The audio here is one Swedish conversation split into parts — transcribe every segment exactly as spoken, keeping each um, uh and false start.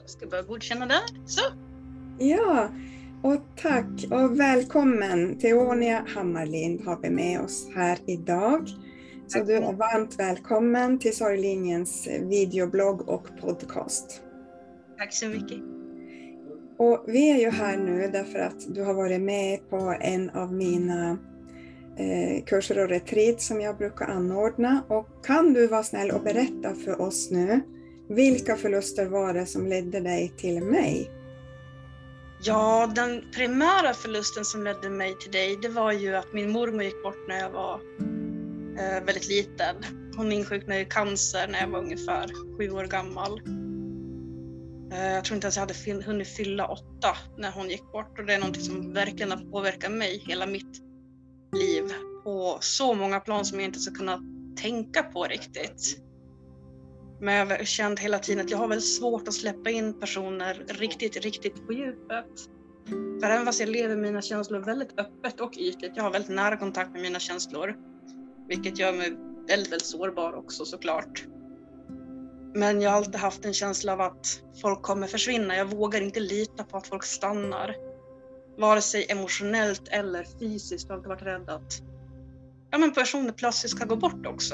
ska bara godkänna det. Så. Ja, och tack och välkommen. Teonia Hammarlind har vi med oss här idag. Så du är varmt välkommen till Sorglinjens videoblogg och podcast. Tack så mycket. Och vi är ju här nu därför att du har varit med på en av mina eh, kurser och retreat som jag brukar anordna. Och kan du vara snäll och berätta för oss nu, vilka förluster var det som ledde dig till mig? Ja, den primära förlusten som ledde mig till dig, det var ju att min mormor gick bort när jag var eh, väldigt liten. Hon insjuknade i cancer när jag var ungefär sju år gammal. Eh, jag tror inte ens jag hade hunnit fylla åtta när hon gick bort. Och det är något som verkligen har påverkat mig hela mitt liv på så många plan som jag inte ska kunna tänka på riktigt. Men jag har känt hela tiden att jag har väldigt svårt att släppa in personer riktigt, riktigt på djupet. För även fast jag lever mina känslor väldigt öppet och ytligt, jag har väldigt nära kontakt med mina känslor. Vilket gör mig väldigt, väldigt sårbar också såklart. Men jag har alltid haft en känsla av att folk kommer försvinna. Jag vågar inte lita på att folk stannar. Vare sig emotionellt eller fysiskt. Jag har alltid varit rädd att ja, men personer plötsligt ska gå bort också.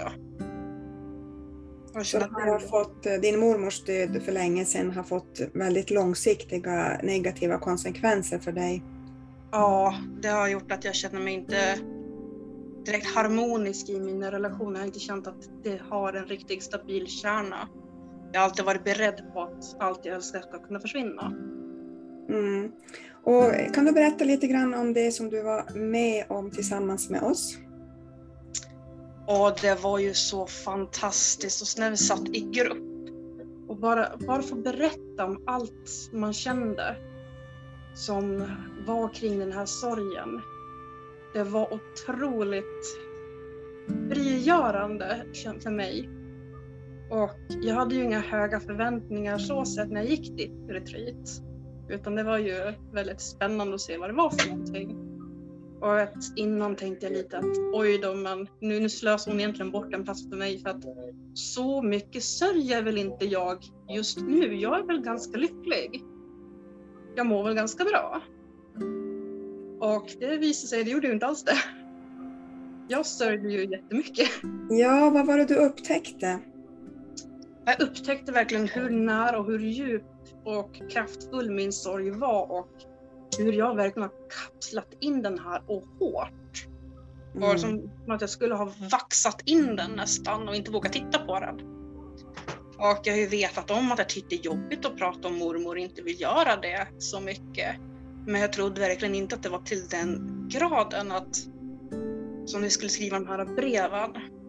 Så har fått, din mormors död för länge sedan har fått väldigt långsiktiga negativa konsekvenser för dig. Ja, det har gjort att jag känner mig inte direkt harmonisk i mina relationer. Jag har inte känt att det har en riktigt stabil kärna. Jag har alltid varit beredd på att allt jag älskar ska kunna försvinna. Mm. Och kan du berätta lite grann om det som du var med om tillsammans med oss? Och det var ju så fantastiskt. Och så när vi satt i grupp och bara, bara få berätta om allt man kände som var kring den här sorgen. Det var otroligt frigörande för mig. Och jag hade ju inga höga förväntningar så sett när jag gick dit retreat. Utan det var ju väldigt spännande att se vad det var för någonting. Och att innan tänkte jag lite att oj då, men nu, nu slösar hon egentligen bort en plats för mig. För att så mycket sörjer väl inte jag just nu. Jag är väl ganska lycklig. Jag mår väl ganska bra. Och det visade sig, det gjorde ju inte alls det. Jag sörjde ju jättemycket. Ja, vad var det du upptäckte? Jag upptäckte verkligen hur nära och hur djup och kraftfull min sorg var. Och hur jag verkligen har kapslat in den här och hårt. Mm. Och som att jag skulle ha vaxat in den nästan och inte vågat titta på den. Och jag har ju vetat om att jag tyckte det är jobbigt att prata om mormor och inte vill göra det så mycket. Men jag trodde verkligen inte att det var till den graden att, som vi skulle skriva de här breven,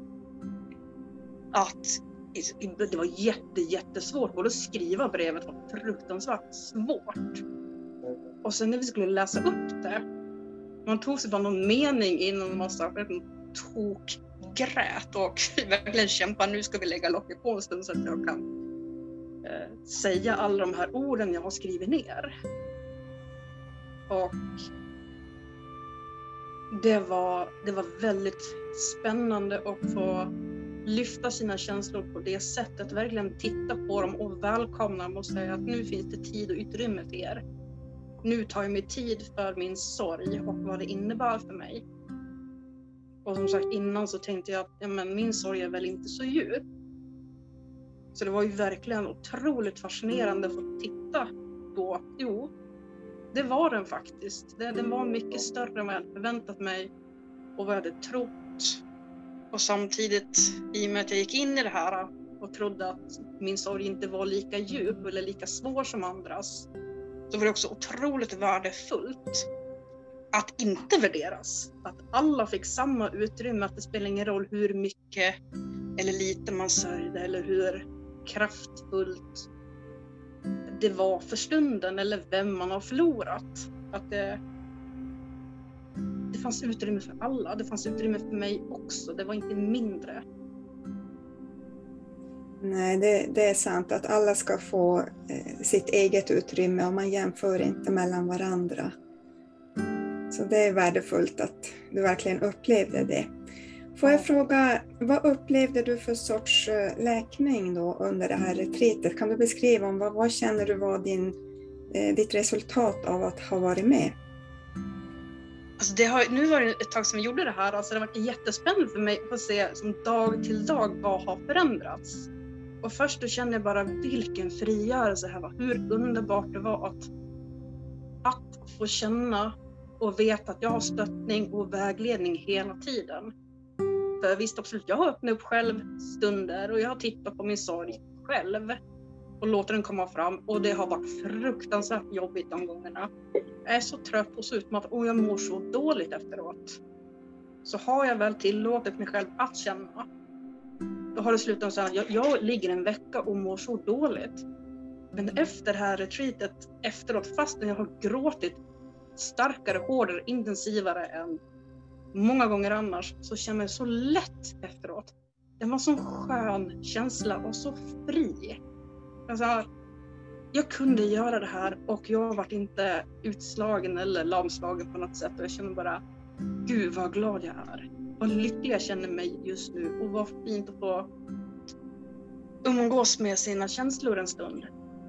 att det var jätte, jättesvårt. Både att skriva brevet var fruktansvärt svårt. Och sen när vi skulle läsa upp det, man tog sig bara någon mening innan man sa att man tog grät och verkligen kämpa. Nu ska vi lägga locket på en stund så att jag kan eh, säga alla de här orden jag har skrivit ner. Och det var, det var väldigt spännande att få lyfta sina känslor på det sättet. Verkligen titta på dem och välkomna dem och säga att nu finns det tid och utrymme för er. Nu tar jag mig tid för min sorg och vad det innebär för mig. Och som sagt innan så tänkte jag att ja, men min sorg är väl inte så djup. Så det var ju verkligen otroligt fascinerande att få titta på. Jo, det var den faktiskt. Den var mycket större än vad jag hade förväntat mig och vad jag hade trott. Och samtidigt, i och med att jag gick in i det här och trodde att min sorg inte var lika djup eller lika svår som andras, så var det också otroligt värdefullt att inte värderas. Att alla fick samma utrymme, att det spelar ingen roll hur mycket eller lite man sörjde eller hur kraftfullt det var för stunden eller vem man har förlorat. Att det, det fanns utrymme för alla, det fanns utrymme för mig också, det var inte mindre. Nej, det, det är sant att alla ska få eh, sitt eget utrymme och man jämför inte mellan varandra. Så det är värdefullt att du verkligen upplevde det. Får jag fråga, vad upplevde du för sorts läkning då under det här retreatet? Kan du beskriva om vad, vad känner du var din, eh, ditt resultat av att ha varit med? Alltså det har, nu var det ett tag som vi gjorde det här, alltså det har varit jättespännande för mig att se som dag till dag vad har förändrats. Och först då kände jag bara vilken frigörelse här var, hur underbart det var att, att få känna och veta att jag har stöttning och vägledning hela tiden. För visst absolut, jag har öppnat upp själv stunder och jag har tittat på min sorg själv och låter den komma fram, och det har varit fruktansvärt jobbigt de gångerna. Jag är så trött och så utmattad och jag mår så dåligt efteråt. Så har jag väl tillåtit mig själv att känna, då har det slutat så att jag, jag ligger en vecka och mår så dåligt. Men efter det här retreatet, efteråt, fastän jag har gråtit starkare, hårdare, intensivare än många gånger annars, så känner jag så lätt efteråt. Det var en sån skön känsla och så fri. Alltså, jag kunde göra det här och jag var inte utslagen eller lamslagen på något sätt. Och jag känner bara, gud vad glad jag är. Vad lycklig jag känner mig just nu. Och vad fint att få umgås med sina känslor en stund.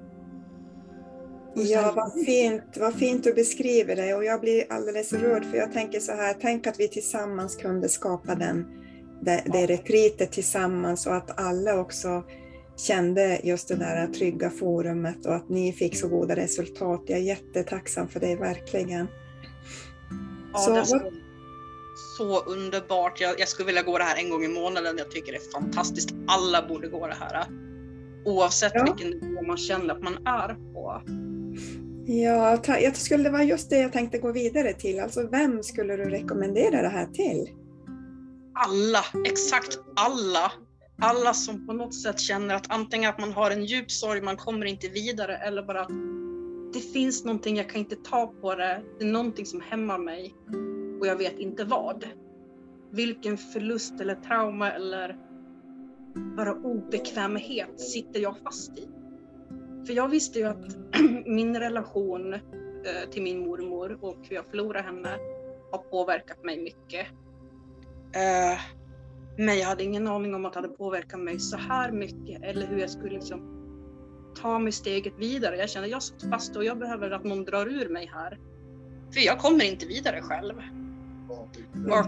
Ja, vad fint, vad fint du beskriver det, och jag blir alldeles rörd, för jag tänker så här, tänk att vi tillsammans kunde skapa den, det, det retreatet tillsammans, och att alla också kände just det där trygga forumet och att ni fick så goda resultat. Jag är jättetacksam för det, verkligen. Ja, så, det är så, så underbart. Jag, jag skulle vilja gå det här en gång i månaden. Jag tycker det är fantastiskt. Alla borde gå det här. Oavsett ja. vilken nivå man känner att man är på. Ja, jag skulle, det var just det jag tänkte gå vidare till. Alltså, vem skulle du rekommendera det här till? Alla, exakt alla. Alla som på något sätt känner att antingen att man har en djup sorg, man kommer inte vidare, eller bara att det finns någonting, jag kan inte ta på det, det är någonting som hämmar mig och jag vet inte vad. Vilken förlust eller trauma eller bara obekvämhet sitter jag fast i? För jag visste ju att min relation eh, till min mormor och hur jag förlorade henne har påverkat mig mycket. Eh, men jag hade ingen aning om att det hade påverkat mig så här mycket, eller hur jag skulle liksom ta mig steget vidare. Jag kände att jag satt fast och jag behöver att någon drar ur mig här. För jag kommer inte vidare själv. Och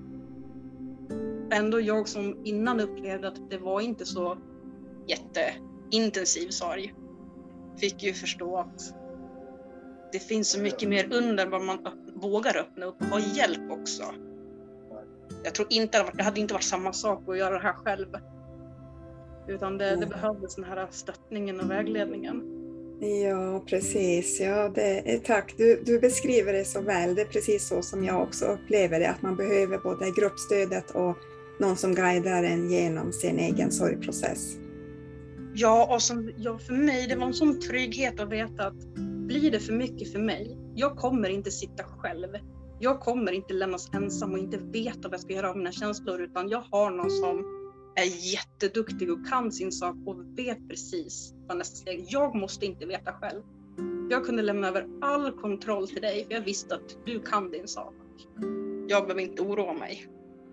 ändå jag som innan upplevde att det var inte så jätteintensiv sorg, fick ju förstå att det finns så mycket mer under vad man vågar öppna upp och ha hjälp också. Jag tror inte att det hade inte varit samma sak att göra det här själv. Utan det, det behövdes den här stöttningen och vägledningen. Ja, precis. Ja, det, tack. Du, du beskriver det så väl. Det är precis så som jag också upplever det. Att man behöver både gruppstödet och någon som guidar en genom sin egen sorgprocess. Ja, och som, ja, för mig det var en sån trygghet att veta att blir det för mycket för mig, jag kommer inte sitta själv. Jag kommer inte lämnas ensam och inte veta vad jag ska göra av mina känslor, utan jag har någon som är jätteduktig och kan sin sak och vet precis vad nästa steg. Jag måste inte veta själv. Jag kunde lämna över all kontroll till dig, för jag visste att du kan din sak. Jag behöver inte oroa mig.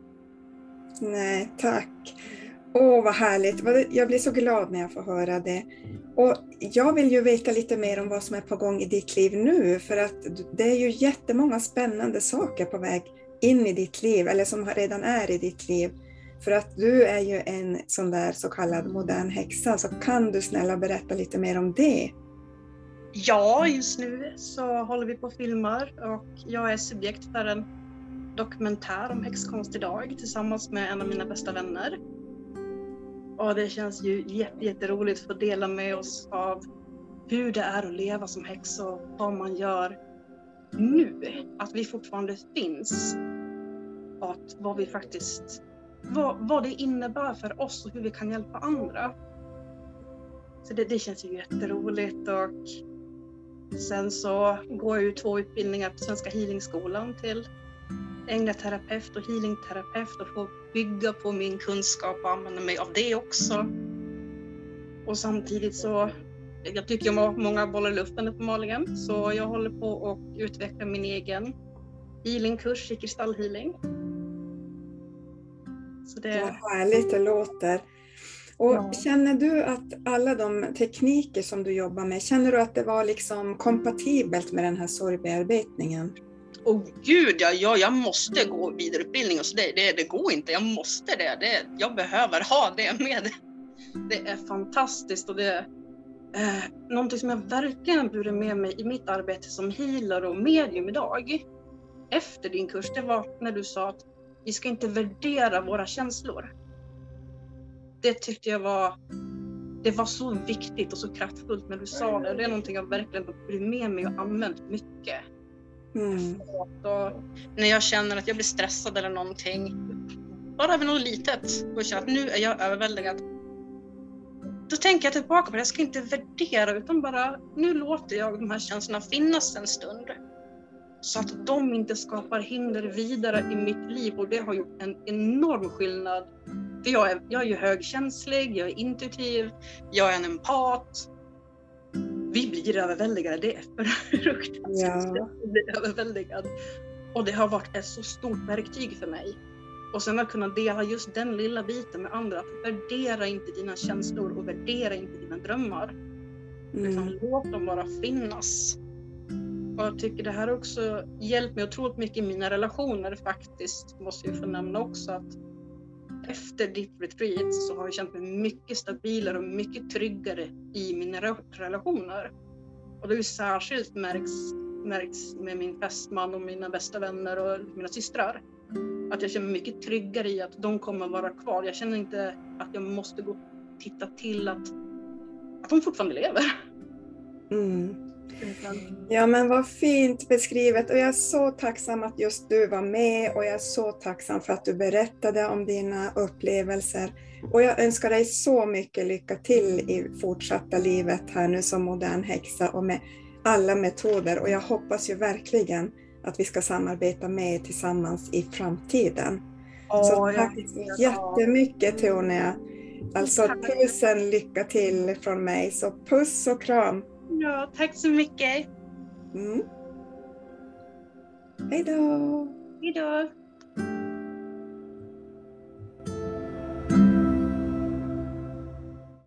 Nej, tack. Åh, vad härligt. Jag blir så glad när jag får höra det. Och jag vill ju veta lite mer om vad som är på gång i ditt liv nu. För att det är ju jättemånga spännande saker på väg in i ditt liv. Eller som redan är i ditt liv. För att du är ju en sån där så kallad modern häxa. Så kan du snälla berätta lite mer om det? Ja, just nu så håller vi på och filmar. Och jag är subjekt för en dokumentär om häxkonst idag. Tillsammans med en av mina bästa vänner. Och det känns ju jätte, jätteroligt att få dela med oss av hur det är att leva som häxa och vad man gör nu. Att vi fortfarande finns. Och att vad vi faktiskt, vad, vad det innebär för oss och hur vi kan hjälpa andra. Så det, det känns ju jätteroligt. Och sen så går jag ju två utbildningar på Svenska Healingskolan till änglaterapeut och healingterapeut och få bygga på min kunskap och använda mig av det också. Och samtidigt så, jag tycker jag har många bollar i luften uppenbarligen, så jag håller på att utveckla min egen healingkurs i kristallhealing. Så det... Vad härligt det låter. Och Ja. känner du att alla de tekniker som du jobbar med, känner du att det var liksom kompatibelt med den här sorgbearbetningen? Åh gud, ja, ja, jag måste gå vidareutbildning och så det, det, det går inte, jag måste det, det, jag behöver ha det med. Det är fantastiskt och det är eh, någonting som jag verkligen burit med mig i mitt arbete som healer och medium idag. Efter din kurs, det var när du sa att vi ska inte värdera våra känslor. Det tyckte jag var, det var så viktigt och så kraftfullt när du sa det. Det är någonting jag verkligen har burit med mig och använt mycket. Mm. Och när jag känner att jag blir stressad eller någonting, bara över något litet, och känner att nu är jag överväldigad, då tänker jag tillbaka på det. Jag ska inte värdera, utan bara nu låter jag de här känslorna finnas en stund, så att de inte skapar hinder vidare i mitt liv. Och det har gjort en enorm skillnad. För jag är, jag är ju högkänslig, jag är intuitiv, jag är en empat. Vi blir överväldigade, det är fruktansvärt. Ja. Jag blir överväldigad. Och det har varit ett så stort verktyg för mig. Och sen att kunna dela just den lilla biten med andra. Att värdera inte dina känslor och värdera inte dina drömmar. Mm. Liksom, låt dem bara finnas. Och jag tycker det här också hjälpt mig otroligt mycket i mina relationer faktiskt. Måste jag få nämna också att efter ditt retreat så har jag känt mig mycket stabilare och mycket tryggare i mina relationer. Och det är ju särskilt märks, märks med min fästman och mina bästa vänner och mina systrar. Att jag känner mig mycket tryggare i att de kommer vara kvar. Jag känner inte att jag måste gå och titta till att, att de fortfarande lever. Mm. Ja, men vad fint beskrivet, och jag är så tacksam att just du var med, och jag är så tacksam för att du berättade om dina upplevelser, och jag önskar dig så mycket lycka till i fortsatta livet här nu som modern häxa och med alla metoder, och jag hoppas ju verkligen att vi ska samarbeta med tillsammans i framtiden. Oh, så tack jättemycket Teonea. Alltså tack. Tusen lycka till från mig, så puss och kram. Ja, tack så mycket. Mm. Hej då. Hej då.